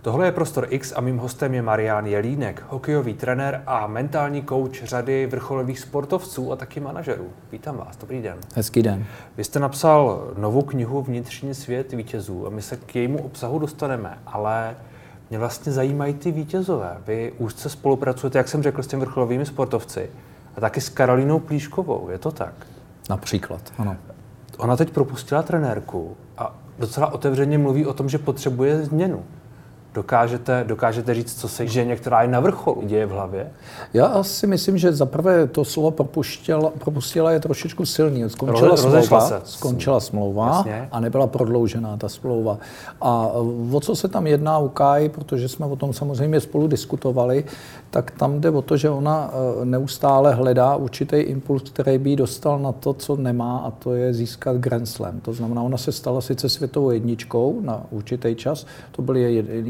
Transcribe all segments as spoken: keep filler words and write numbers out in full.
Tohle je Prostor X a mým hostem je Marián Jelínek, hokejový trenér a mentální kouč řady vrcholových sportovců a taky manažerů. Vítám vás, dobrý den. Hezký den. Vy jste napsal novou knihu Vnitřní svět vítězů a my se k jejímu obsahu dostaneme, ale mě vlastně zajímají ty vítězové. Vy úzce spolupracujete, jak jsem řekl, s těmi vrcholovými sportovci a taky s Karolínou Plíškovou, je to tak? Například, ano. Ona teď propustila trenérku a docela otevřeně mluví o tom, že potřebuje změnu. Dokážete, dokážete říct, co se ženě, která je na vrcholu, děje v hlavě? Já si myslím, že zaprvé to slovo propustila, propustila je trošičku silný. Skončila Roze, smlouva, skončila smlouva a nebyla prodloužená ta smlouva. A o co se tam jedná u Káji, protože jsme o tom samozřejmě spolu diskutovali, tak tam jde o to, že ona neustále hledá určitý impuls, který by jí dostal na to, co nemá, a to je získat Grand Slam. To znamená, ona se stala sice světovou jedničkou na určitý čas, to byl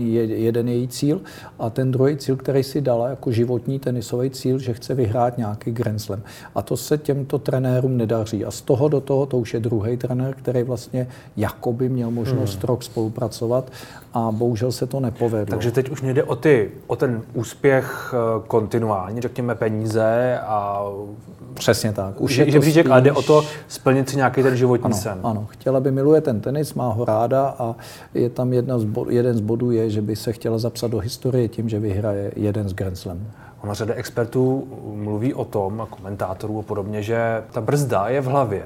jeden její cíl, a ten druhý cíl, který si dala jako životní tenisový cíl, že chce vyhrát nějaký Grand Slam. A to se těmto trenérům nedaří. A z toho do toho, to už je druhý trenér, který vlastně jakoby měl možnost hmm. rok spolupracovat, a bohužel se to nepovedlo. Takže teď už nejde o, ty, o ten úspěch kontinuální, řekněme peníze a... Přesně tak. Už je žebříček, spíš... ale jde o to splnit si nějaký ten životní ano, sen. Ano, chtěla by, miluje ten tenis, má ho ráda a je tam jedna z bod, jeden z bodů je, že by se chtěla zapsat do historie tím, že vyhraje jeden z Grand Slamů. Ona řada expertů mluví o tom, a komentátorů a podobně, že ta brzda je v hlavě.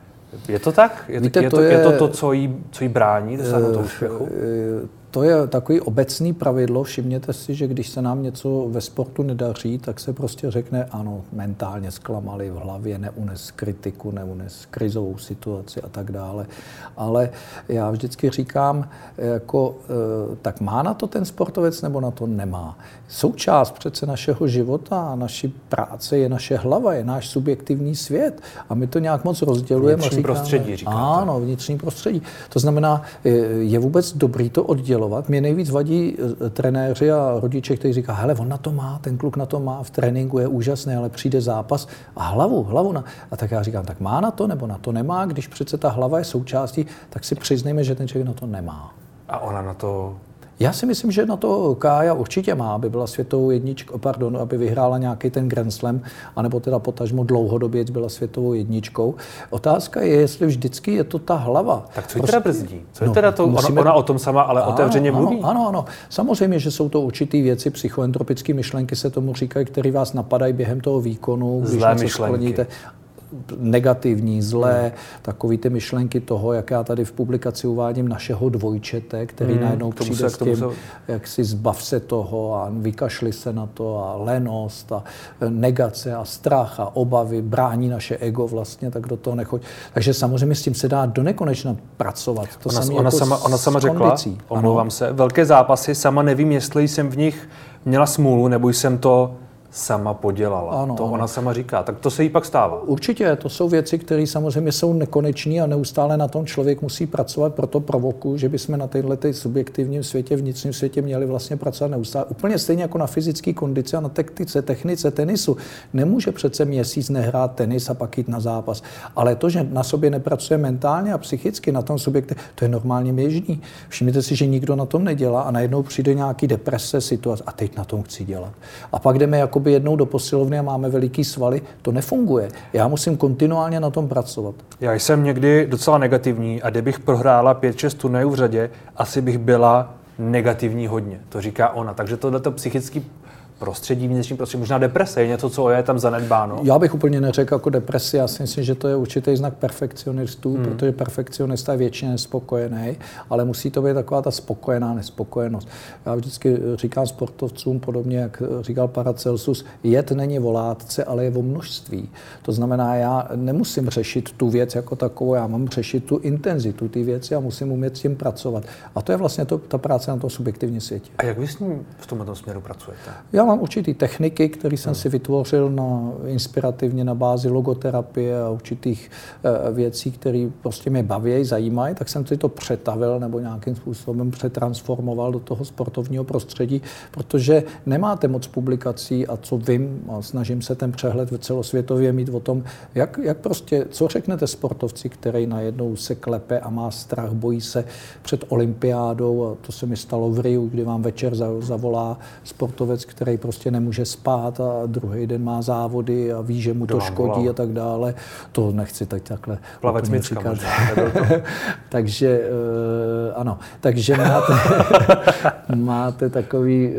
Je to tak? Je, Víte, je, to, to, je, je to to, co jí, co jí brání dosáhnout toho úspěchu? To je takový obecný pravidlo. Všimněte si, že když se nám něco ve sportu nedaří, tak se prostě řekne, ano, mentálně zklamali v hlavě, neunes kritiku, neunes krizovou situaci a tak dále. Ale já vždycky říkám, jako, tak má na to ten sportovec nebo na to nemá? Součást přece našeho života a naší práce je naše hlava, je náš subjektivní svět. A my to nějak moc rozdělujeme. Vnitřní říkáme, prostředí, říkáte. Ano, vnitřní prostředí. To znamená, je vůbec dobrý to oddělovat. Mě nejvíc vadí trenéři a rodiče, kteří říkají, hele, on na to má, ten kluk na to má, v tréninku je úžasný, ale přijde zápas a hlavu, hlavu na... A tak já říkám, tak má na to nebo na to nemá? Když přece ta hlava je součástí, tak si přiznejme, že ten člověk na to nemá. A ona na to... Já si myslím, že na to Kája určitě má, aby byla světovou jedničkou, pardon, aby vyhrála nějaký ten Grand Slam, anebo teda potažmo dlouhodobě byla světovou jedničkou. Otázka je, jestli vždycky je to ta hlava. Tak co ji teda brzdí? Co je no, teda to? Musíme... Ona, ona o tom sama, ale ano, otevřeně mluví. Ano, ano, ano. Samozřejmě, že jsou to určitý věci, psychoentropické myšlenky se tomu říkají, které vás napadají během toho výkonu, když Zlé něco skloníte. Negativní, zlé, hmm. takový ty myšlenky toho, jak já tady v publikaci uvádím našeho dvojčete, který hmm, najednou přijde s tím, se... jak si zbav se toho a vykašli se na to a lenost a negace a strach a obavy, brání naše ego vlastně, tak do toho nechoď. Takže samozřejmě s tím se dá do nekonečna pracovat. To ona, ona, jako sama, ona sama řekla, omlouvám se, velké zápasy, sama nevím, jestli jsem v nich měla smůlu, nebo jsem to sama podělala. Ano, to ano. ona sama říká. Tak to se jí pak stává. Určitě, to jsou věci, které samozřejmě jsou nekoneční a neustále na tom člověk musí pracovat, proto provokuju, že bychom na této subjektivním světě, vnitřním světě měli vlastně pracovat neustále. Úplně stejně jako na fyzické kondici a na taktice, technice tenisu. Nemůže přece měsíc nehrát tenis a pak jít na zápas. Ale to, že na sobě nepracuje mentálně a psychicky na tom subjektu, to je normálně běžný. Všimněte si, že nikdo na tom nedělá a najednou přijde nějaký deprese, situace a teď na tom chci dělat. A pak jdeme jako jednou do posilovny a máme veliký svaly, to nefunguje. Já musím kontinuálně na tom pracovat. Já jsem někdy docela negativní a kdybych prohrála pět šest turnajů v řadě, asi bych byla negativní hodně. To říká ona. Takže tohleto psychický prostředí, vnitřní prostředí, možná deprese, je něco, co je tam zanedbáno? Já bych úplně neřekl jako depresi, já si myslím, že to je určitý znak perfekcionistů, hmm. protože perfekcionista je většině nespokojený, ale musí to být taková ta spokojená nespokojenost. Já vždycky říkám sportovcům, podobně jak říkal Paracelsus, jed není o látce, ale je o množství. To znamená, já nemusím řešit tu věc jako takovou, já mám řešit tu intenzitu té věci a musím umět s tím pracovat. A to je vlastně to, ta práce na tom subjektivním světě. A jak vy s ním v tomto směru pracujete? Já mám určitý techniky, které jsem si vytvořil na, inspirativně na bázi logoterapie a určitých uh, věcí, které prostě mě baví, zajímají, tak jsem si to přetavil nebo nějakým způsobem přetransformoval do toho sportovního prostředí, protože nemáte moc publikací a co vím, a snažím se ten přehled celosvětově mít o tom, jak, jak prostě, co řeknete sportovci, který najednou se klepe a má strach, bojí se před olympiádou, a to se mi stalo v Riu, kdy vám večer zavolá sportovec, který prostě nemůže spát a druhý den má závody a ví, že mu to škodí volal. A tak dále. To nechci tak takhle Plavec Micka možná. Takže ano, takže máte, máte takový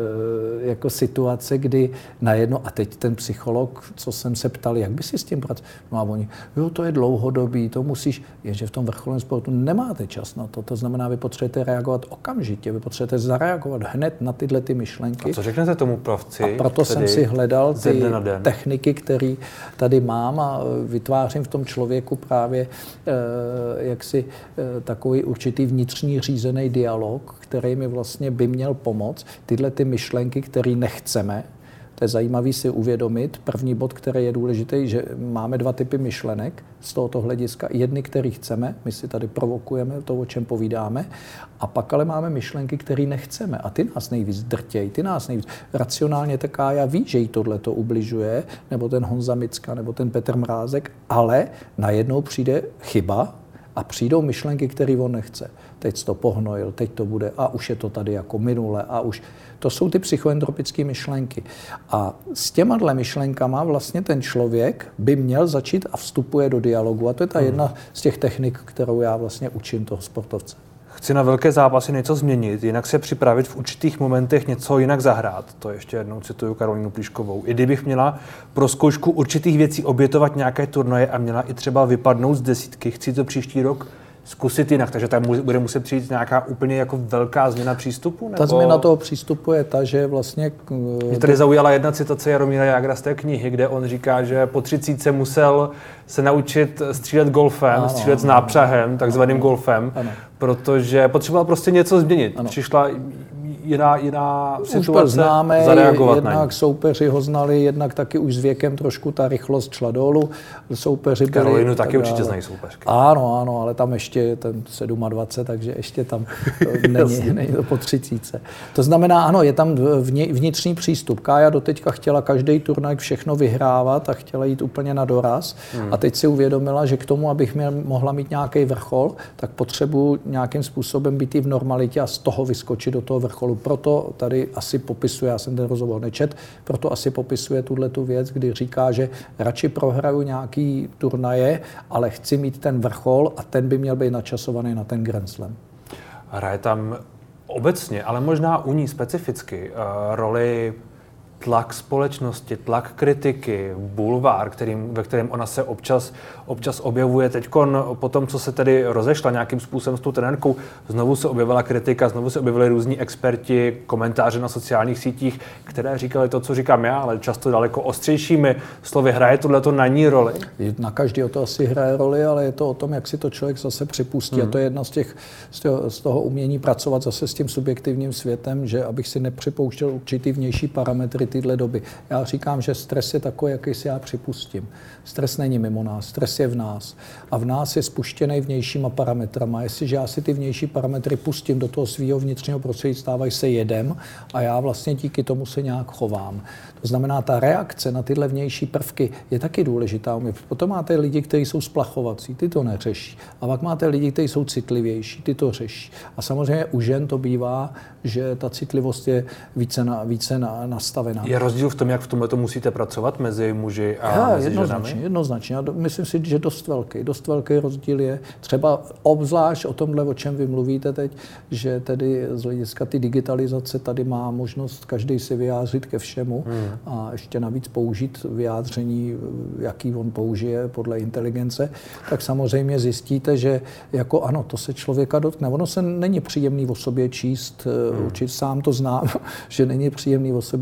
jako situace, kdy najednou, a teď ten psycholog, co jsem se ptal, jak by si s tím pracoval, no a oni, jo, to je dlouhodobý, to musíš, jenže v tom vrcholovém sportu nemáte čas na to, to znamená, vy potřebujete reagovat okamžitě, vy potřebujete zareagovat hned na tyhle ty myšlenky. A co řeknete tomu plavci? A proto jsem si hledal ty techniky, které tady mám a vytvářím v tom člověku právě eh, jaksi eh, takový určitý vnitřní řízený dialog, který mi vlastně by měl pomoct tyhle ty myšlenky, které nechceme. To je zajímavý si uvědomit. První bod, který je důležitý, že máme dva typy myšlenek z tohoto hlediska. Jedny, který chceme, my si tady provokujeme to, o čem povídáme, a pak ale máme myšlenky, které nechceme. A ty nás nejvíc drtějí, ty nás nejvíc. Racionálně taká já ví, že jí tohle to ubližuje, nebo ten Honza Micka, nebo ten Petr Mrázek, ale najednou přijde chyba a přijdou myšlenky, které on nechce. Teď jsi to pohnojil, teď to bude, a už je to tady jako minule, a už. To jsou ty psychoentropické myšlenky. A s těma myšlenkama vlastně ten člověk by měl začít a vstupuje do dialogu. A to je ta jedna z těch technik, kterou já vlastně učím toho sportovce. Chci na velké zápasy něco změnit, jinak se připravit v určitých momentech něco jinak zahrát. To ještě jednou cituju Karolínu Plíškovou. I kdybych měla pro zkoušku určitých věcí obětovat nějaké turnaje a měla i třeba vypadnout z desítky, chci to příští rok zkusit jinak, takže tam bude muset přijít nějaká úplně jako velká změna přístupu? Nebo... Ta změna toho přístupu je ta, že vlastně... Mě tady zaujala jedna citace Jaromíra Jágra z té knihy, kde on říká, že po třicítce musel se naučit střílet golfem, ano, střílet s nápřahem, takzvaným ano, golfem, ano. Protože potřeboval prostě něco změnit. Ano. Přišla jiná, jiná situace, známe, zareagovat jednak na ní. Soupeři ho znali, jednak taky už s věkem trošku ta rychlost šla dolů. Soupeři byli... Karolínu taky určitě znají soupeřky. Ano, ano, ale tam ještě ten dvacet sedm, takže ještě tam není, není to po třicítce. To znamená, ano, je tam vnitřní přístup. Kája doteďka chtěla každý turnaj všechno vyhrávat a chtěla jít úplně na doraz. Hmm. A teď si uvědomila, že k tomu, abych měl, mohla mít nějaký vrchol, tak potřebuji nějakým způsobem být i v normalitě a z toho vyskočit do toho vrcholu. Proto tady asi popisuje, já jsem ten rozhovor nečet, proto asi popisuje tuhletu věc, kdy říká, že radši prohraju nějaký turnaje, ale chci mít ten vrchol a ten by měl být načasovaný na ten Grand Slam. Hraje tam obecně, ale možná u ní specificky uh, roli tlak společnosti, tlak kritiky, bulvár, kterým, ve kterém ona se občas, občas objevuje. Teďkon po tom, co se tedy rozešla nějakým způsobem s tou trenérkou, znovu se objevila kritika, znovu se objevili různí experti, komentáře na sociálních sítích, které říkali to, co říkám já, ale často daleko ostřejšími slovy. Hraje tohleto na ní roli? Na každý o to asi hraje roli, ale je to o tom, jak si to člověk zase připustí. Hmm. A to je jedna z těch, z toho, z toho umění pracovat zase s tím subjektivním světem, že abych si nepřipouštěl určitý vnější parametry tyhle doby. Já říkám, že stres je takový, jaký si já připustím. Stres není mimo nás, stres je v nás. A v nás je spuštěný vnějšíma parametrama. Jestliže já si ty vnější parametry pustím do toho svého vnitřního prostředí, stávají se jedem a já vlastně díky tomu se nějak chovám. To znamená, ta reakce na tyhle vnější prvky je taky důležitá. Potom máte lidi, kteří jsou splachovací, ty to neřeší. A pak máte lidi, kteří jsou citlivější, ty to řeší. A samozřejmě u žen to bývá, že ta citlivost je více, na, více na, nastavená. Je rozdíl v tom, jak v tomhle to musíte pracovat mezi muži a Já, mezi jednoznačně, ženami? Jednoznačně. Já myslím si, že dost velký. Dost velký rozdíl je třeba obzvlášť o tomhle, o čem vy mluvíte teď, že tedy z hlediska ty digitalizace tady má možnost každý si vyjádřit ke všemu hmm. a ještě navíc použít vyjádření, jaký on použije podle inteligence, tak samozřejmě zjistíte, že jako ano, to se člověka dotkne. Ono se není příjemný o sobě číst, hmm. určitě sám to znám, že není příjemný o sobě číst, jak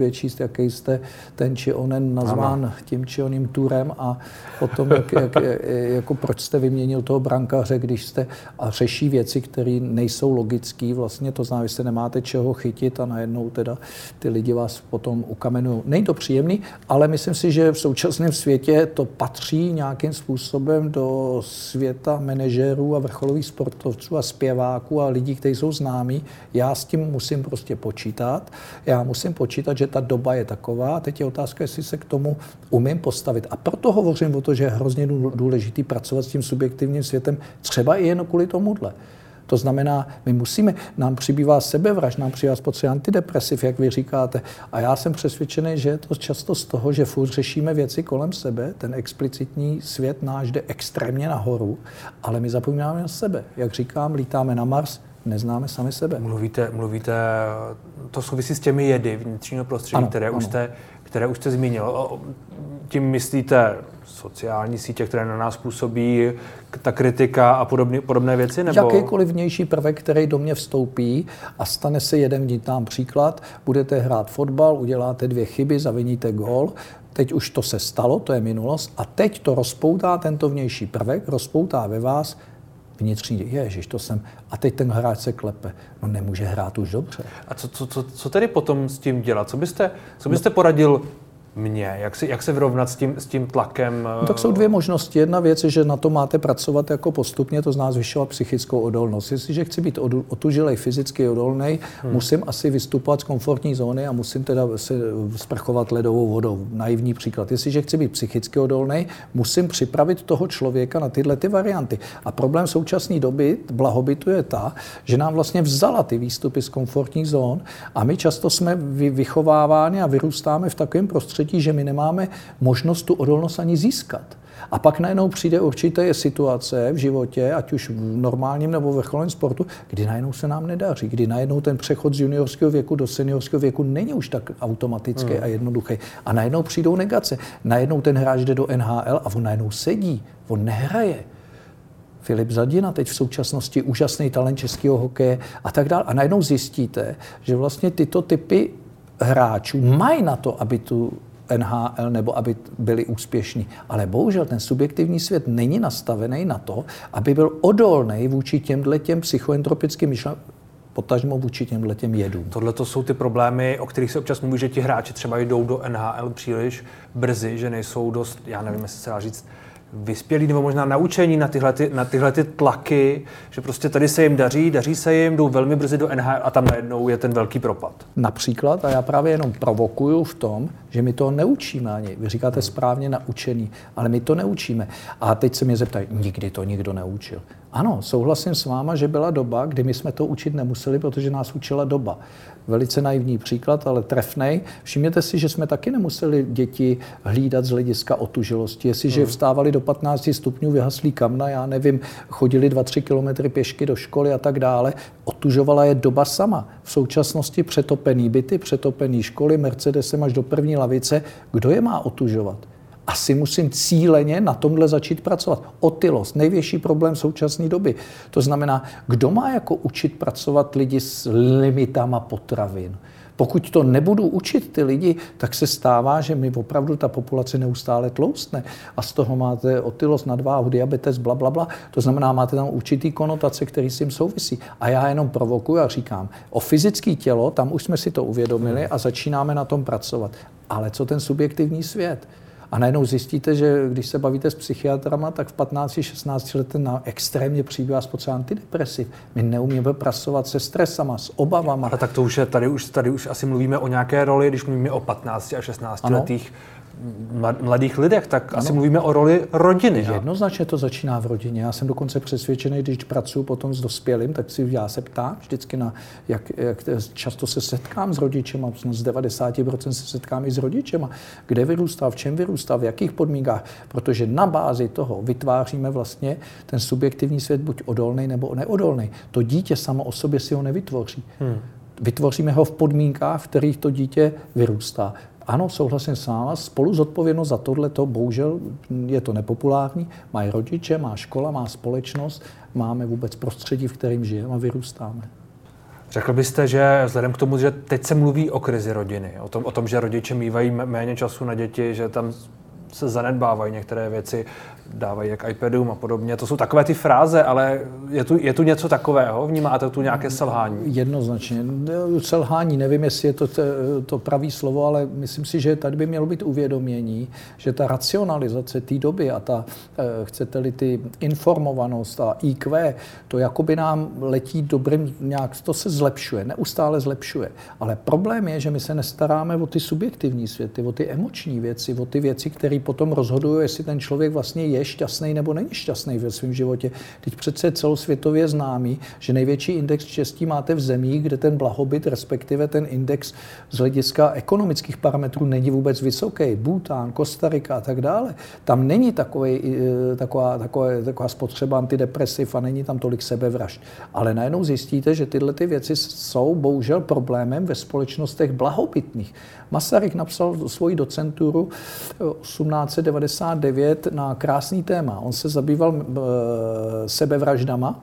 jaký jste ten či onen nazván ano. tím či oným turem a potom, jak, jak, jako proč jste vyměnil toho brankáře, když jste a řeší věci, které nejsou logické, vlastně to znamená, že se nemáte čeho chytit a najednou teda ty lidi vás potom ukamenují. Není to příjemný, ale myslím si, že v současném světě to patří nějakým způsobem do světa manažerů a vrcholových sportovců a zpěváků a lidí, kteří jsou známí. Já s tím musím prostě počítat. Já musím počítat, že ta doba je taková. A teď je otázka, jestli se k tomu umím postavit. A proto hovořím o to, že je hrozně důležitý pracovat s tím subjektivním světem, třeba i jen kvůli tomuhle. To znamená, my musíme, nám přibývá sebevražd, nám přibývá spotřeby antidepresiv, jak vy říkáte. A já jsem přesvědčený, že je to často z toho, že furt řešíme věci kolem sebe, ten explicitní svět náš jde extrémně nahoru, ale my zapomínáme na sebe. Jak říkám, lítáme na Mars, neznáme sami sebe. Mluvíte, mluvíte, to souvisí s těmi jedy vnitřního prostředí, ano, které, ano. Už jste, které už jste zmínil. Tím myslíte sociální sítě, které na nás působí, ta kritika a podobné, podobné věci? Nebo? Jakýkoliv vnější prvek, který do mě vstoupí a stane se jeden dám příklad, budete hrát fotbal, uděláte dvě chyby, zaviníte gól, teď už to se stalo, to je minulost, a teď to rozpoutá tento vnější prvek, rozpoutá ve vás vnitřní, ježiš, to jsem, a teď ten hráč se klepe. No nemůže hrát už dobře. A co, co, co, co tedy potom s tím dělat? Co byste, co byste no. poradil mě? Jak se, jak se vyrovnat s tím, s tím tlakem? No, tak jsou dvě možnosti. Jedna věc je, že na to máte pracovat jako postupně, to znamená zvyšovat psychickou odolnost. Jestliže chci být otužilej, fyzicky odolnej, hmm. musím asi vystupovat z komfortní zóny a musím teda se sprchovat ledovou vodou. Naivní příklad. Jestliže chci být psychicky odolnej, musím připravit toho člověka na tyhle ty varianty. A problém současné doby blahobytu je ta, že nám vlastně vzala ty výstupy z komfortních zón a my často jsme vychováváni a vyrůstáme v takovém prostředí, že my nemáme možnost tu odolnost ani získat. A pak najednou přijde určité situace v životě, ať už v normálním nebo vrcholovém sportu, kdy najednou se nám nedaří, kdy najednou ten přechod z juniorského věku do seniorského věku není už tak automatický hmm. a jednoduchý. A najednou přijdou negace. Najednou ten hráč jde do N H L a on najednou sedí, on nehraje. Filip Zadina, teď v současnosti úžasný talent českého hokeje a tak dále. A najednou zjistíte, že vlastně tyto typy hráčů mají na to, aby tu N H L nebo aby byli úspěšní. Ale bohužel ten subjektivní svět není nastavený na to, aby byl odolný vůči těmhletěm psychoentropickým myšlenkám, potažmo vůči těmhletěm jedům. Tohle to jsou ty problémy, o kterých se občas mluví, že ti hráči třeba jdou do N H L příliš brzy, že nejsou dost, já nevím, jestli se dá říct, vyspělí nebo možná naučení na tyhle, ty, na tyhle ty tlaky, že prostě tady se jim daří, daří se jim, jdou velmi brzy do N H L a tam najednou je ten velký propad. Například, a já právě jenom provokuju v tom, že my to neučíme ani. Vy říkáte hmm. správně naučený, ale my to neučíme. A teď se mě zeptají, nikdy to nikdo neučil. Ano, souhlasím s váma, že byla doba, kdy my jsme to učit nemuseli, protože nás učila doba. Velice naivní příklad, ale trefnej. Všimněte si, že jsme taky nemuseli děti hlídat z hlediska otužilosti. Jestliže vstávali do patnácti stupňů, vyhaslí kamna, já nevím, chodili dva, tři kilometry pěšky do školy a tak dále, otužovala je doba sama. V současnosti přetopený byty, přetopený školy, Mercedesem až do první lavice. Kdo je má otužovat? Asi musím cíleně na tomhle začít pracovat. Otylost, největší problém současné doby. To znamená, kdo má jako učit pracovat lidi s limitama potravin? Pokud to nebudu učit ty lidi, tak se stává, že mi opravdu ta populace neustále tloustne a z toho máte otylost, nadváhu, diabetes, bla, bla, bla. To znamená, máte tam určitý konotace, který s tím souvisí. A já jenom provokuju a říkám, o fyzické tělo, tam už jsme si to uvědomili a začínáme na tom pracovat. Ale co ten subjektivní svět? A najednou zjistíte, že když se bavíte s psychiatrama, tak v patnácti šestnácti letech na extrémně přibývá spotřeba antidepresiv. My neumíme pracovat se stresama, s obavama. Ale tak to už je, tady už, tady už asi mluvíme o nějaké roli, když mluvíme o patnácti a šestnácti letých mladých lidech, tak ano. asi mluvíme o roli rodiny. Jednoznačně to začíná v rodině. Já jsem dokonce přesvědčený, když pracuji potom s dospělým, tak si já se ptám vždycky na, jak, jak často se setkám s rodičema, z devadesát procent se setkám i s rodičema, kde vyrůstal, v čem vyrůstal, v jakých podmínkách, protože na bázi toho vytváříme vlastně ten subjektivní svět buď odolný nebo neodolný. To dítě samo o sobě si ho nevytvoří. Hmm. Vytvoříme ho v podmínkách, v kterých to dítě vyrůstá. Ano, souhlasím s váma, spolu zodpovědnost za tohleto, bohužel je to nepopulární, mají rodiče, má škola, má společnost, máme vůbec prostředí, v kterém žijeme a vyrůstáme. Řekl byste, že vzhledem k tomu, že teď se mluví o krizi rodiny, o tom, o tom, že rodiče mívají méně času na děti, že tam se zanedbávají některé věci, dávají jak iPadům a podobně. To jsou takové ty fráze, ale je tu, je tu něco takového? Vnímáte tu nějaké selhání? Jednoznačně. Selhání, nevím, jestli je to to pravý slovo, ale myslím si, že tady by mělo být uvědomění, že ta racionalizace té doby a ta, chcete-li, ty informovanost a í kvé, to jakoby nám letí dobrým, nějak to se zlepšuje, neustále zlepšuje. Ale problém je, že my se nestaráme o ty subjektivní světy, o ty emoční věci, o ty věci, které potom rozhodují, jestli ten člověk vlastně je šťastný nebo není šťastný ve svém životě. Teď přece je celosvětově známý, že největší index štěstí máte v zemích, kde ten blahobyt, respektive ten index z hlediska ekonomických parametrů není vůbec vysoký. Bhútán, Kostarika a tak dále. Tam není takový, taková, taková, taková spotřeba antidepresiv a není tam tolik sebevražd. Ale najednou zjistíte, že tyhle ty věci jsou bohužel problémem ve společnostech blahobytných. Masaryk napsal svoji docenturu osmnáct set devadesát devět na krásný téma. On se zabýval e, sebevraždama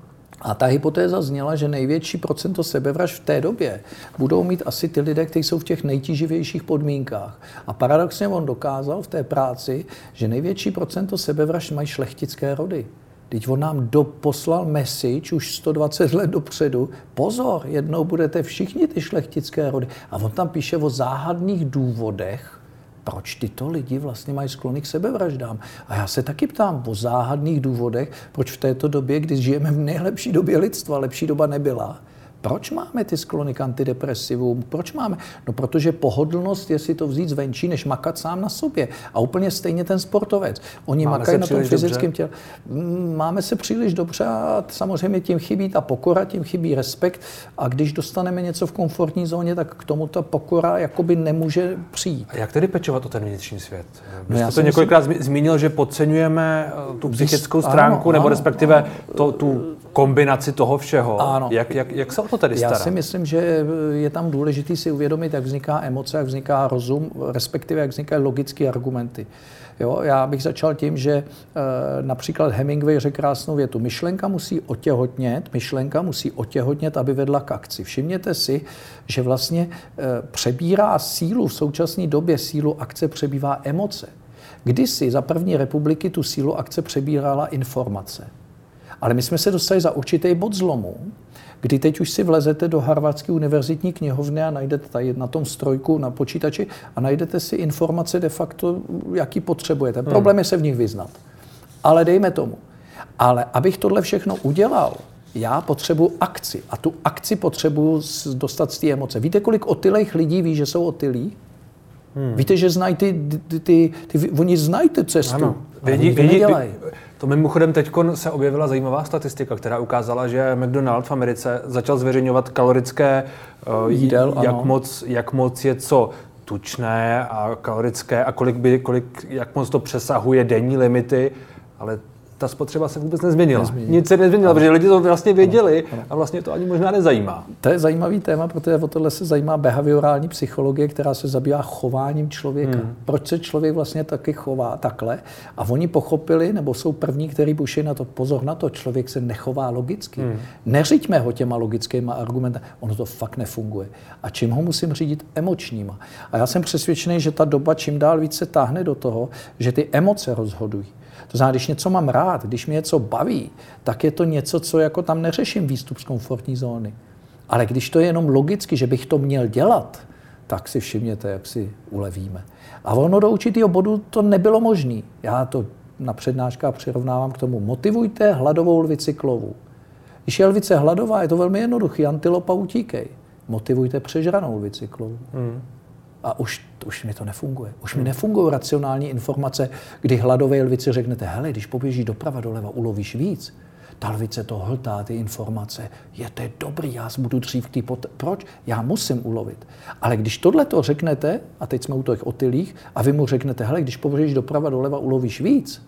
a ta hypotéza zněla, že největší procento sebevražd v té době budou mít asi ty lidé, kteří jsou v těch nejtíživějších podmínkách. A paradoxně on dokázal v té práci, že největší procento sebevražd mají šlechtické rody. Teď on nám doposlal message už sto dvacet let dopředu. Pozor, jednou budete všichni ty šlechtické rody. A on tam píše o záhadných důvodech, proč tyto lidi vlastně mají sklony k sebevraždám. A já se taky ptám o záhadných důvodech, proč v této době, kdy žijeme v nejlepší době lidstva, lepší doba nebyla, proč máme ty sklony k antidepresivům? Proč máme? No protože pohodlnost je si to vzít zvenčí, než makat sám na sobě. A úplně stejně ten sportovec. Oni máme makají na tom fyzickém těle. Máme se příliš dobře a samozřejmě tím chybí ta pokora, tím chybí respekt. A když dostaneme něco v komfortní zóně, tak k tomu ta pokora jakoby nemůže přijít. A jak tedy pečovat o ten vnitřní svět? Vy jste no to několikrát myslím... zmínil, že podceňujeme tu psychickou stránku, ano, nebo ano, respektive ano. To, tu kombinaci toho všeho. Ano. Jak, jak, jak se o to tady stará? Já si myslím, že je tam důležité si uvědomit, jak vzniká emoce, jak vzniká rozum, respektive jak vznikají logické argumenty. Jo, já bych začal tím, že e, například Hemingway řekl krásnou větu. Myšlenka musí otěhotnět, myšlenka musí otěhotnět, aby vedla k akci. Všimněte si, že vlastně e, přebírá sílu v současné době, sílu akce přebývá emoce. Kdysi za první republiky tu sílu akce přebírala informace. Ale my jsme se dostali za určitý bod zlomu, kdy teď už si vlezete do Harvardské univerzitní knihovny a najdete tady na tom strojku, na počítači a najdete si informace de facto, jaký potřebujete. Hmm. Problém je se v nich vyznat. Ale dejme tomu. Ale abych tohle všechno udělal, já potřebuji akci. A tu akci potřebuji dostat z té emoce. Víte, kolik otylejch lidí ví, že jsou otylí? Hmm. Víte, že znají ty, ty, ty, ty, oni znají tu cestu. Ano. Vědí, vědí, to mimochodem teď se objevila zajímavá statistika, která ukázala, že McDonald's v Americe začal zveřejňovat kalorické uh, jídel, jak moc, jak moc je co tučné a kalorické a kolik by, kolik, jak moc to přesahuje denní limity, ale ta spotřeba se vůbec nezměnila. Nezměnila. Nic se nezměnila, ano. Protože lidi to vlastně věděli ano. Ano. A vlastně to ani možná nezajímá. To je zajímavý téma, protože o tohle se zajímá behaviorální psychologie, která se zabývá chováním člověka. Hmm. Proč se člověk vlastně taky chová takhle? A oni pochopili, nebo jsou první, kteří buší na to, pozor na to, člověk se nechová logicky. Hmm. Neřiďme ho těma logickýma argumenty. Ono to fakt nefunguje. A čím ho musím řídit? Emočníma. A já jsem přesvědčený, že ta doba čím dál víc se táhne do toho, že ty emoce rozhodují. To znamená, když něco mám rád, když mě něco baví, tak je to něco, co jako tam neřeším výstup z komfortní zóny. Ale když to je jenom logicky, že bych to měl dělat, tak si všimněte, jak si ulevíme. A ono do určitého bodu to nebylo možné. Já to na přednáškách přirovnávám k tomu. Motivujte hladovou lvici k lovu. Když je lvice hladová, je to velmi jednoduchý. Antilopa utíkej. Motivujte přežranou lvici k lovu. Hmm. A už, už mi to nefunguje. Už mi nefungují racionální informace, kdy hladové lvici řeknete, hele, když poběžíš doprava doleva, ulovíš víc. Ta lvice to hltá, ty informace. Je to dobrý, já budu dřív k tý pot... Proč? Já musím ulovit. Ale když tohle to řeknete, a teď jsme u těch otylých, a vy mu řeknete, hele, když poběžíš doprava doleva, ulovíš víc,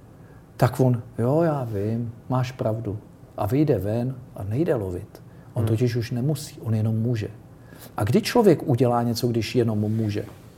tak on, jo, já vím, máš pravdu. A vyjde ven a nejde lovit. On hmm. totiž už nemusí, on jenom může. A kdy člověk udělá něco, když jenom může?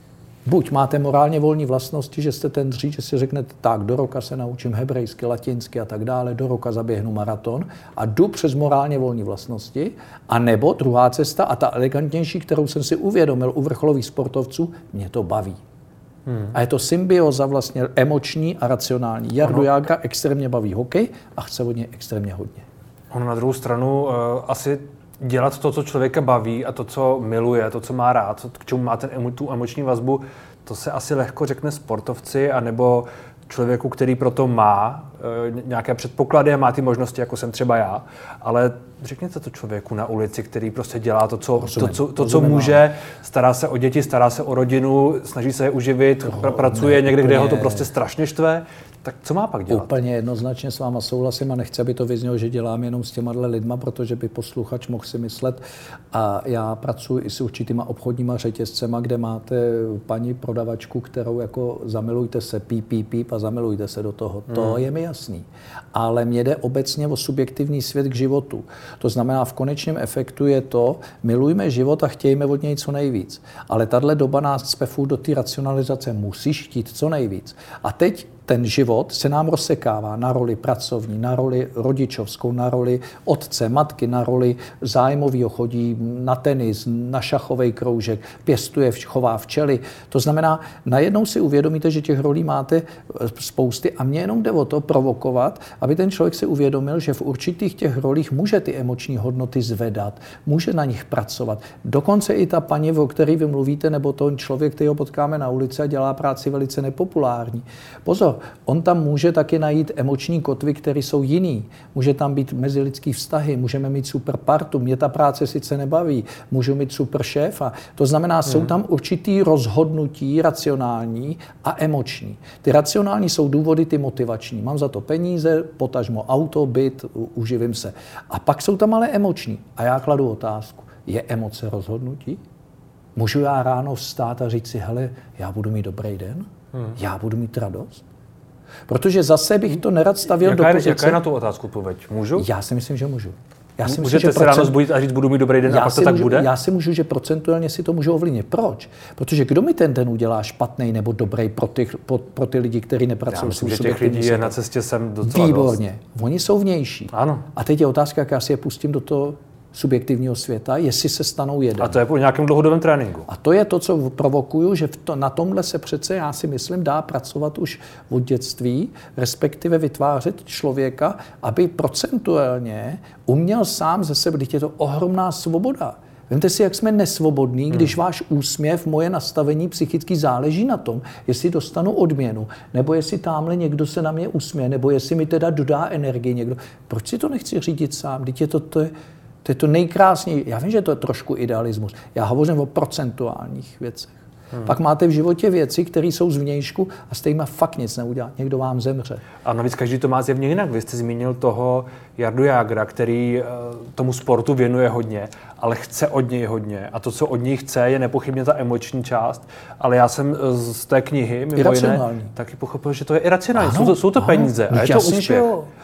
Buď máte morálně volné vlastnosti, že jste ten dřív, že si řeknete, tak do roka se naučím hebrejsky, latinsky a tak dále, do roka zaběhnu maraton a jdu přes morálně volné vlastnosti, a nebo druhá cesta a ta elegantnější, kterou jsem si uvědomil u vrcholových sportovců, mě to baví. Hmm. A je to symbioza vlastně emoční a racionální. Jardu Jágra extrémně baví hokej a chce od něj extrémně hodně. Ono na druhou stranu uh, asi dělat to, co člověka baví a to, co miluje, to, co má rád, k čemu má ten, tu emoční vazbu, to se asi lehko řekne sportovci anebo člověku, který proto má e, nějaké předpoklady a má ty možnosti, jako jsem třeba já, ale řekněte to člověku na ulici, který prostě dělá to, co, rozumím, to, co, to, co může, stará se o děti, stará se o rodinu, snaží se je uživit, no, pracuje ne, někde, úplně, kde ho to prostě strašně štve, tak co má pak dělat? Úplně jednoznačně s váma souhlasím a nechci, aby to vyznělo, že dělám jenom s těma lidma, protože by posluchač mohl si myslet. A já pracuji i s určitýma obchodníma řetězcema, kde máte paní prodavačku, kterou jako zamilujte se, píp, píp, píp a zamilujte se do toho. Hmm. To je mi jasný. Ale mně jde obecně o subjektivní svět k životu. To znamená, v konečném efektu je to, milujme život a chtějme od něj co nejvíc. Ale tahle doba nás cpe furt do té racionalizace, musíš chtít co nejvíc. A teď ten život se nám rozsekává na roli pracovní, na roli rodičovskou, na roli otce, matky, na roli zájmovýho, chodí na tenis, na šachový kroužek, pěstuje, chová včely. To znamená, najednou si uvědomíte, že těch rolí máte spousty a mně jenom jde o to provokovat, aby ten člověk si uvědomil, že v určitých těch rolích může ty emoční hodnoty zvedat, může na nich pracovat. Dokonce i ta paní, o které vy mluvíte, nebo ten člověk, který ho potkáme na ulici a dělá práci velice nepopulární. Pozor, on tam může taky najít emoční kotvy, které jsou jiný. Může tam být mezilidský vztahy, můžeme mít super partu, mě ta práce sice nebaví, můžu mít super šéfa. To znamená, hmm. jsou tam určitý rozhodnutí racionální a emoční. Ty racionální jsou důvody, ty motivační. Mám za to peníze, potažmo auto, byt, uživím se. A pak jsou tam ale emoční. A já kladu otázku, je emoce rozhodnutí? Můžu já ráno vstát a říct si, hele, já budu mít dobrý den? Hmm. Já budu mít radost? Protože zase bych to nerad stavěl jaká do je, pozice. Jaká je na tu otázku odpověď? Můžu? Já si myslím, že můžu. Já si Můžete myslím, že se procent... ráno zbudit a říct, budu mít dobrý den, a pak to tak můžu, bude? Já si můžu, že procentuálně si to můžu ovlivnit. Proč? Protože kdo mi ten den udělá špatný nebo dobrý pro ty, pro, pro ty lidi, kteří nepracují? Já myslím, že těch lidí je na cestě sem docela Výborně. Dost. Oni jsou vnější. Ano. A teď je otázka, jak já si je pustím do toho subjektivního světa, jestli se stanou jeden. A to je po nějakém dlouhodobém tréninku. A to je to, co provokuju, že v to, na tomhle se přece, já si myslím, dá pracovat už od dětství, respektive vytvářet člověka, aby procentuálně uměl sám ze sebe, když je to ohromná svoboda. Vemte si, jak jsme nesvobodní, když váš úsměv, moje nastavení psychicky záleží na tom, jestli dostanu odměnu, nebo jestli tamhle někdo se na mě usměje, nebo jestli mi teda dodá energii někdo. Proč si to nechci řídit sám? Vždyť je to, to je, To je to nejkrásnější. Já vím, že to je trošku idealismus. Já hovořím o procentuálních věcech. Hmm. Pak máte v životě věci, které jsou zvnějšku a stejně fakt nic neudělá. Někdo vám zemře. A navíc každý to má zjevně jinak. Vy jste zmínil toho Jardu Jágra, který tomu sportu věnuje hodně, ale chce od něj hodně. A to, co od něj chce, je nepochybně ta emoční část. Ale já jsem z té knihy, mimo jiné, taky pochopil, že to je iracionální. Ano, jsou to, jsou to peníze a je to úspěch.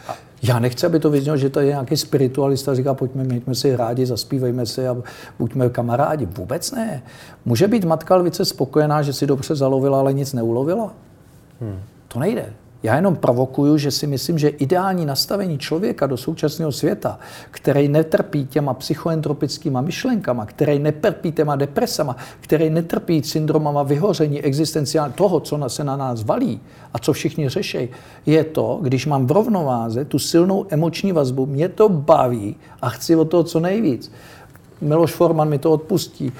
Já nechci, aby to vyznělo, že to je nějaký spiritualista, říká, pojďme, mějme si rádi, zaspívejme si a buďme kamarádi. Vůbec ne. Může být matka lvice spokojená, že si dobře zalovila, ale nic neulovila? Hmm. To nejde. Já jenom provokuju, že si myslím, že ideální nastavení člověka do současného světa, který netrpí těma psychoentropickýma myšlenkama, který netrpí těma depresama, který netrpí syndromama vyhoření existenciální toho, co se na nás valí a co všichni řeší, je to, když mám v rovnováze tu silnou emoční vazbu, mě to baví a chci od toho co nejvíc. Miloš Forman mi to odpustí.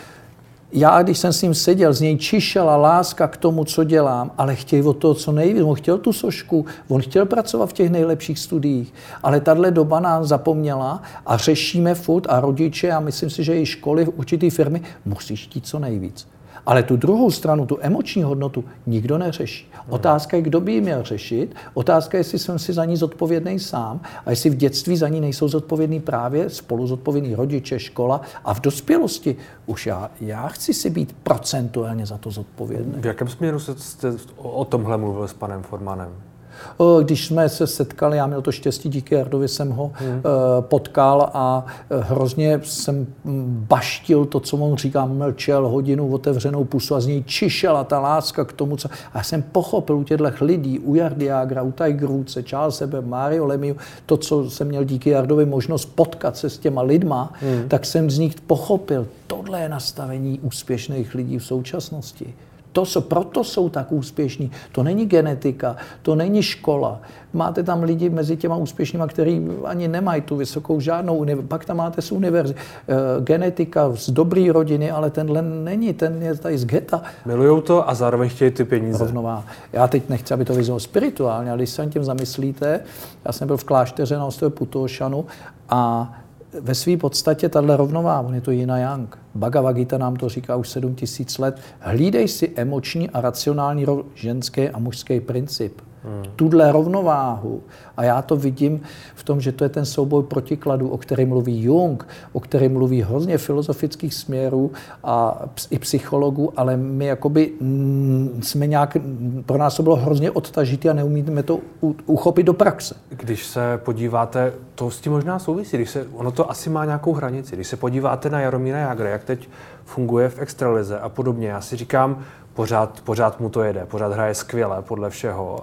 Já, když jsem s ním seděl, z něj čišela láska k tomu, co dělám, ale chtěl od toho co nejvíc. On chtěl tu sošku, on chtěl pracovat v těch nejlepších studiích, ale tahle doba nám zapomněla a řešíme furt a rodiče a myslím si, že i školy, určitý firmy musí chtít co nejvíc. Ale tu druhou stranu, tu emoční hodnotu, nikdo neřeší. Otázka je, kdo by ji měl řešit. Otázka je, jestli jsem si za ní zodpovědný sám a jestli v dětství za ní nejsou zodpovědní právě spolu zodpovědní rodiče, škola a v dospělosti už já, já chci si být procentuálně za to zodpovědný. V jakém směru jste o tomhle mluvil s panem Formanem? Když jsme se setkali, já měl to štěstí, díky Jardovi jsem ho hmm. potkal a hrozně jsem baštil to, co on říká, mlčel hodinu otevřenou pusu a z něj čišela ta láska k tomu, co... A já jsem pochopil u těchto lidí, u Jardy Jágra, u Tiger Woodse, Charles Sebe, Mario Lemieux, to, co jsem měl díky Jardovi možnost potkat se s těma lidma, hmm. tak jsem z nich pochopil, tohle je nastavení úspěšných lidí v současnosti. To, co, proto jsou tak úspěšní. To není genetika, to není škola. Máte tam lidi mezi těma úspěšnýma, kteří ani nemají tu vysokou žádnou univerzitu. Pak tam máte z univerzity. E, genetika z dobré rodiny, ale tenhle není, ten je tady z geta. Milujou to a zároveň chtějí ty peníze. Rovnová. Já teď nechci, aby to vyznělo spirituálně, ale když se tím zamyslíte, já jsem byl v klášteře na ostrově Putošanu a ve své podstatě tahle rovnováha, on je to Yin a Yang. Bhagavad Gita nám to říká už sedm tisíc let. Hlídej si emoční a racionální ženský a mužský princip. Hmm. Tuhle rovnováhu. A já to vidím v tom, že to je ten souboj protikladů, o kterém mluví Jung, o kterém mluví hrozně filozofických směrů a i psychologů, ale my jakoby jsme nějak, pro nás to bylo hrozně odtažitý a neumíme to uchopit do praxe. Když se podíváte, to s tím možná souvisí, když se, ono to asi má nějakou hranici, když se podíváte na Jaromíra Jágra, jak teď funguje v extralize a podobně, já si říkám, Pořád, pořád mu to jede, pořád hraje skvěle podle všeho,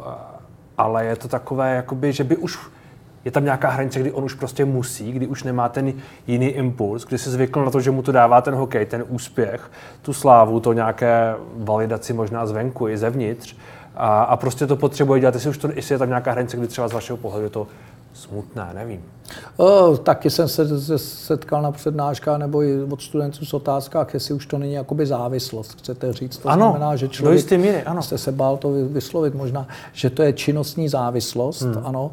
ale je to takové, jakoby, že by už, je tam nějaká hranice, kdy on už prostě musí, kdy už nemá ten jiný impuls, kdy se zvykl na to, že mu to dává ten hokej, ten úspěch, tu slávu, to nějaké validaci možná zvenku i zevnitř a, a prostě to potřebuje dělat, jestli, už to, jestli je tam nějaká hranice, kdy třeba z vašeho pohledu je to smutné, nevím. O, taky jsem se setkal na přednáškách nebo i od studentů s otázkách, jestli už to není jakoby závislost, chcete říct. To ano, znamená, že člověk, míry, ano. jste se bál to vyslovit možná, že to je činnostní závislost, hmm. ano.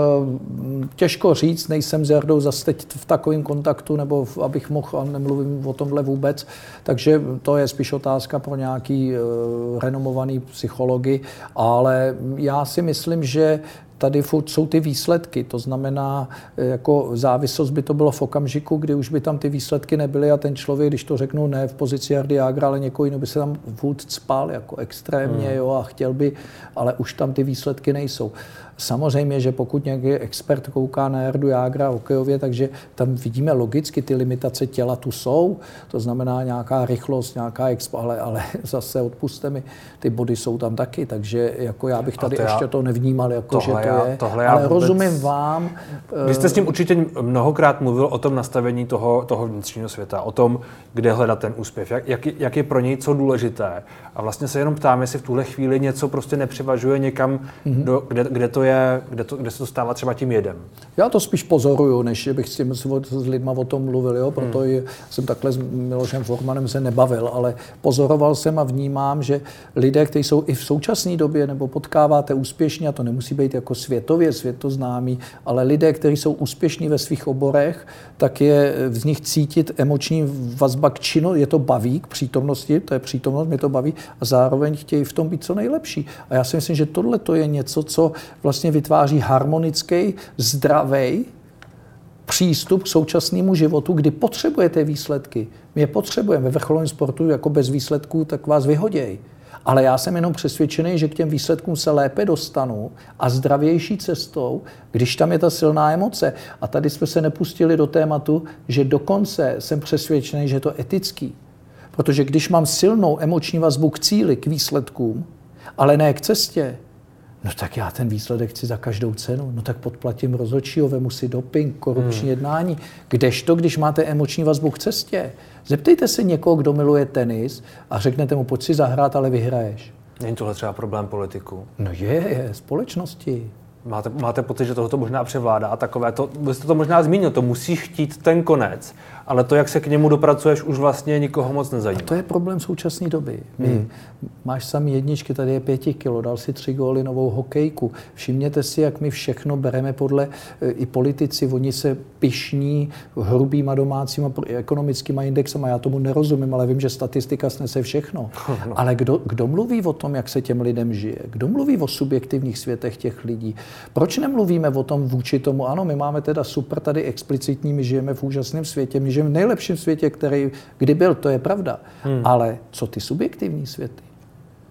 E, těžko říct, nejsem s Jardou zase teď v takovém kontaktu, nebo v, abych mohl, a nemluvím o tomhle vůbec, takže to je spíš otázka pro nějaký e, renomovaný psychology, ale já si myslím, že tady furt jsou ty výsledky, to znamená, jako závislost by to bylo v okamžiku, kdy už by tam ty výsledky nebyly a ten člověk, když to řeknu, ne v pozici Jardy Jágra, ale někoho jiného by se tam furt cpal jako extrémně, hmm. jo, a chtěl by, ale už tam ty výsledky nejsou. Samozřejmě, že pokud nějaký expert kouká na Jardu Jágra hokejově, takže tam vidíme logicky, ty limitace těla tu jsou, to znamená nějaká rychlost, nějaká expo, ale, ale zase odpuste mi, ty body jsou tam taky, takže jako já bych tady to ještě já, to nevnímal, jako, že to já, je, ale vůbec... rozumím vám. Vy jste s tím určitě mnohokrát mluvil o tom nastavení toho, toho vnitřního světa, o tom, kde hledat ten úspěch, jak, jak, jak je pro něj co důležité. A vlastně se jenom ptám, jestli v tuhle chvíli něco prostě nepřevažuje někam, mm-hmm. do, kde, kde to je, kde, to, kde se to stává třeba tím jedem. Já to spíš pozoruju, než bych s tím s lidma o tom mluvil, jo? Proto hmm. jsem takhle s Milošem Formanem se nebavil, ale pozoroval jsem a vnímám, že lidé, kteří jsou i v současné době, nebo potkáváte úspěšní, a to nemusí být jako světově světoznámí, ale lidé, kteří jsou úspěšní ve svých oborech, tak je z nich cítit emoční vazba k činu, je to baví, k přítomnosti, to je přítomnost, mě to baví, a zároveň chtějí v tom být co nejlepší. A já si myslím, že tohle to je něco, co vlastně vytváří harmonický, zdravý přístup k současnému životu, kdy potřebujete výsledky. My je potřebujeme ve vrcholovém sportu, jako bez výsledků, tak vás vyhoděj. Ale já jsem jenom přesvědčený, že k těm výsledkům se lépe dostanu a zdravější cestou, když tam je ta silná emoce. A tady jsme se nepustili do tématu, že dokonce jsem přesvědčený, že je to etický. Protože když mám silnou emoční vazbu k cíli, k výsledkům, ale ne k cestě, no tak já ten výsledek chci za každou cenu. No tak podplatím rozhodčího, vemu si doping, korupční hmm. jednání. Kdežto, když máte emoční vazbu k cestě, zeptejte se někoho, kdo miluje tenis a řeknete mu, pojď si zahrát, ale vyhraješ. Není tohle třeba problém politiků? No je, je, společnosti. Máte, máte pocit, že tohoto možná převládá a takové to, vy jste to možná zmínil, to musí chtít ten konec, ale to, jak se k němu dopracuješ, už vlastně nikoho moc nezajímá. A to je problém současné doby. My, hmm. Máš sami jedničky, tady je pěti kilo, dal si tři góly, novou hokejku. Všimněte si, jak my všechno bereme podle, i politici, oni se pyšní hrubýma domácíma ekonomickýma indexama, já tomu nerozumím, ale vím, že statistika snese všechno. No. Ale kdo, kdo mluví o tom, jak se těm lidem žije? Kdo mluví o subjektivních světech těch lidí? Proč nemluvíme o tom vůči tomu? Ano, my máme teda super tady explicitní, my žijeme v úžasném světě, my žijeme v nejlepším světě, který kdy byl, to je pravda. Hmm. Ale co ty subjektivní světy?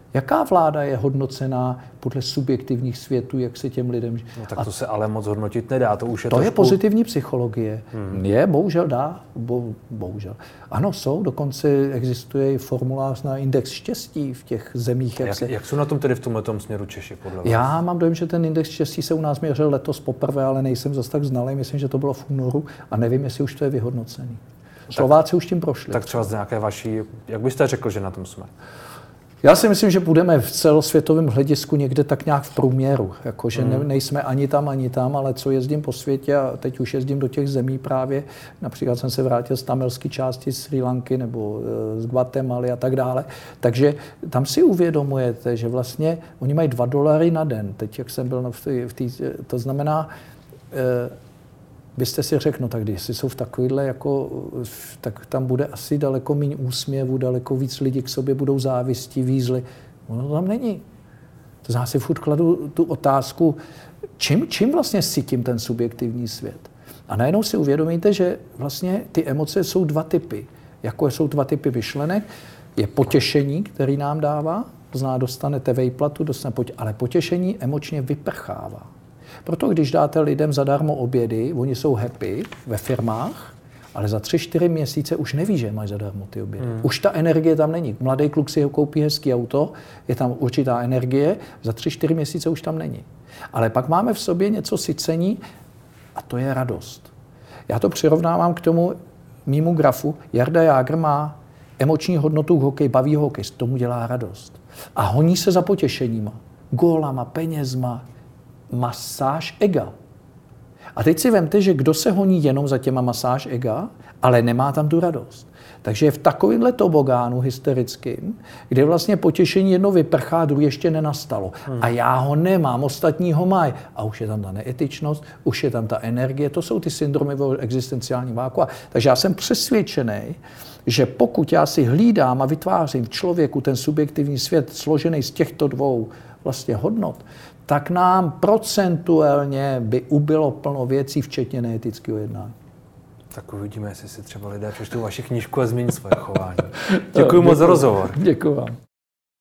Jaká vláda je hodnocená podle subjektivních světů, jak se těm lidem... No, tak to a se ale moc hodnotit nedá, to už je To trošku... je pozitivní psychologie. Hmm. Je, bohužel dá, bo, bohužel. Ano, jsou, dokonce existuje i formulář na index štěstí v těch zemích. Jak, jak, se... jak jsou na tom tedy v tomhletom směru Češi, podle vás? Já mám dojem, že ten index štěstí se u nás měřil letos poprvé, ale nejsem zase tak znalý, myslím, že to bylo v únoru a nevím, jestli už to je vyhodnocený. Slováci už tím prošli. Tak třeba z nějaké vaší, jak byste řekl, že na tom jsme? Já si myslím, že budeme v celosvětovém hledisku někde tak nějak v průměru. Jako, že ne, nejsme ani tam, ani tam, ale co jezdím po světě a teď už jezdím do těch zemí právě. Například jsem se vrátil z tamilské části Srí Lanky nebo z Guatemaly a tak dále. Takže tam si uvědomujete, že vlastně oni mají dva dolary na den. Teď, jak jsem byl v té, v té, to znamená, eh, byste si řekl, no tak když jsou v takovýhle, jako, tak tam bude asi daleko méně úsměvu, daleko víc lidí k sobě budou závistí, výzly. Ono to tam není. To znamená, si furt kladu tu otázku, čím, čím vlastně sytím ten subjektivní svět. A najednou si uvědomíte, že vlastně ty emoce jsou dva typy. Jako jsou dva typy myšlenek. Je potěšení, který nám dává, to znamená, dostanete vejplatu, dostanete potěšení, ale potěšení emočně vyprchává. Proto když dáte lidem zadarmo obědy, oni jsou happy ve firmách, ale za tři, čtyři měsíce už neví, že mají zadarmo ty obědy. Hmm. Už ta energie tam není. Mladý kluk si ho koupí hezký auto, je tam určitá energie, za tři, čtyři měsíce už tam není. Ale pak máme v sobě něco sycení a to je radost. Já to přirovnávám k tomu mýmu grafu. Jarda Jágr má emoční hodnotu k hokeji, baví hokej, tomu dělá radost. A honí se za potěšeníma, gólama, penězma, masáž ega. A teď si vemte, že kdo se honí jenom za těma masáž ega, ale nemá tam tu radost. Takže je v takovémhle tobogánu hysterickým, kde vlastně potěšení jedno vyprchá, druhé ještě nenastalo. Hmm. A já ho nemám, ostatní ho mají. A už je tam ta neetičnost, už je tam ta energie, to jsou ty syndromy existenciální vákua. Takže já jsem přesvědčený, že pokud já si hlídám a vytvářím v člověku ten subjektivní svět složený z těchto dvou vlastně hodnot, tak nám procentuálně by ubylo plno věcí, včetně neetického jednání. Tak uvidíme, jestli si třeba lidé přečtou vaši knížku a změní svoje chování. Děkuji moc za rozhovor. Děkuji vám.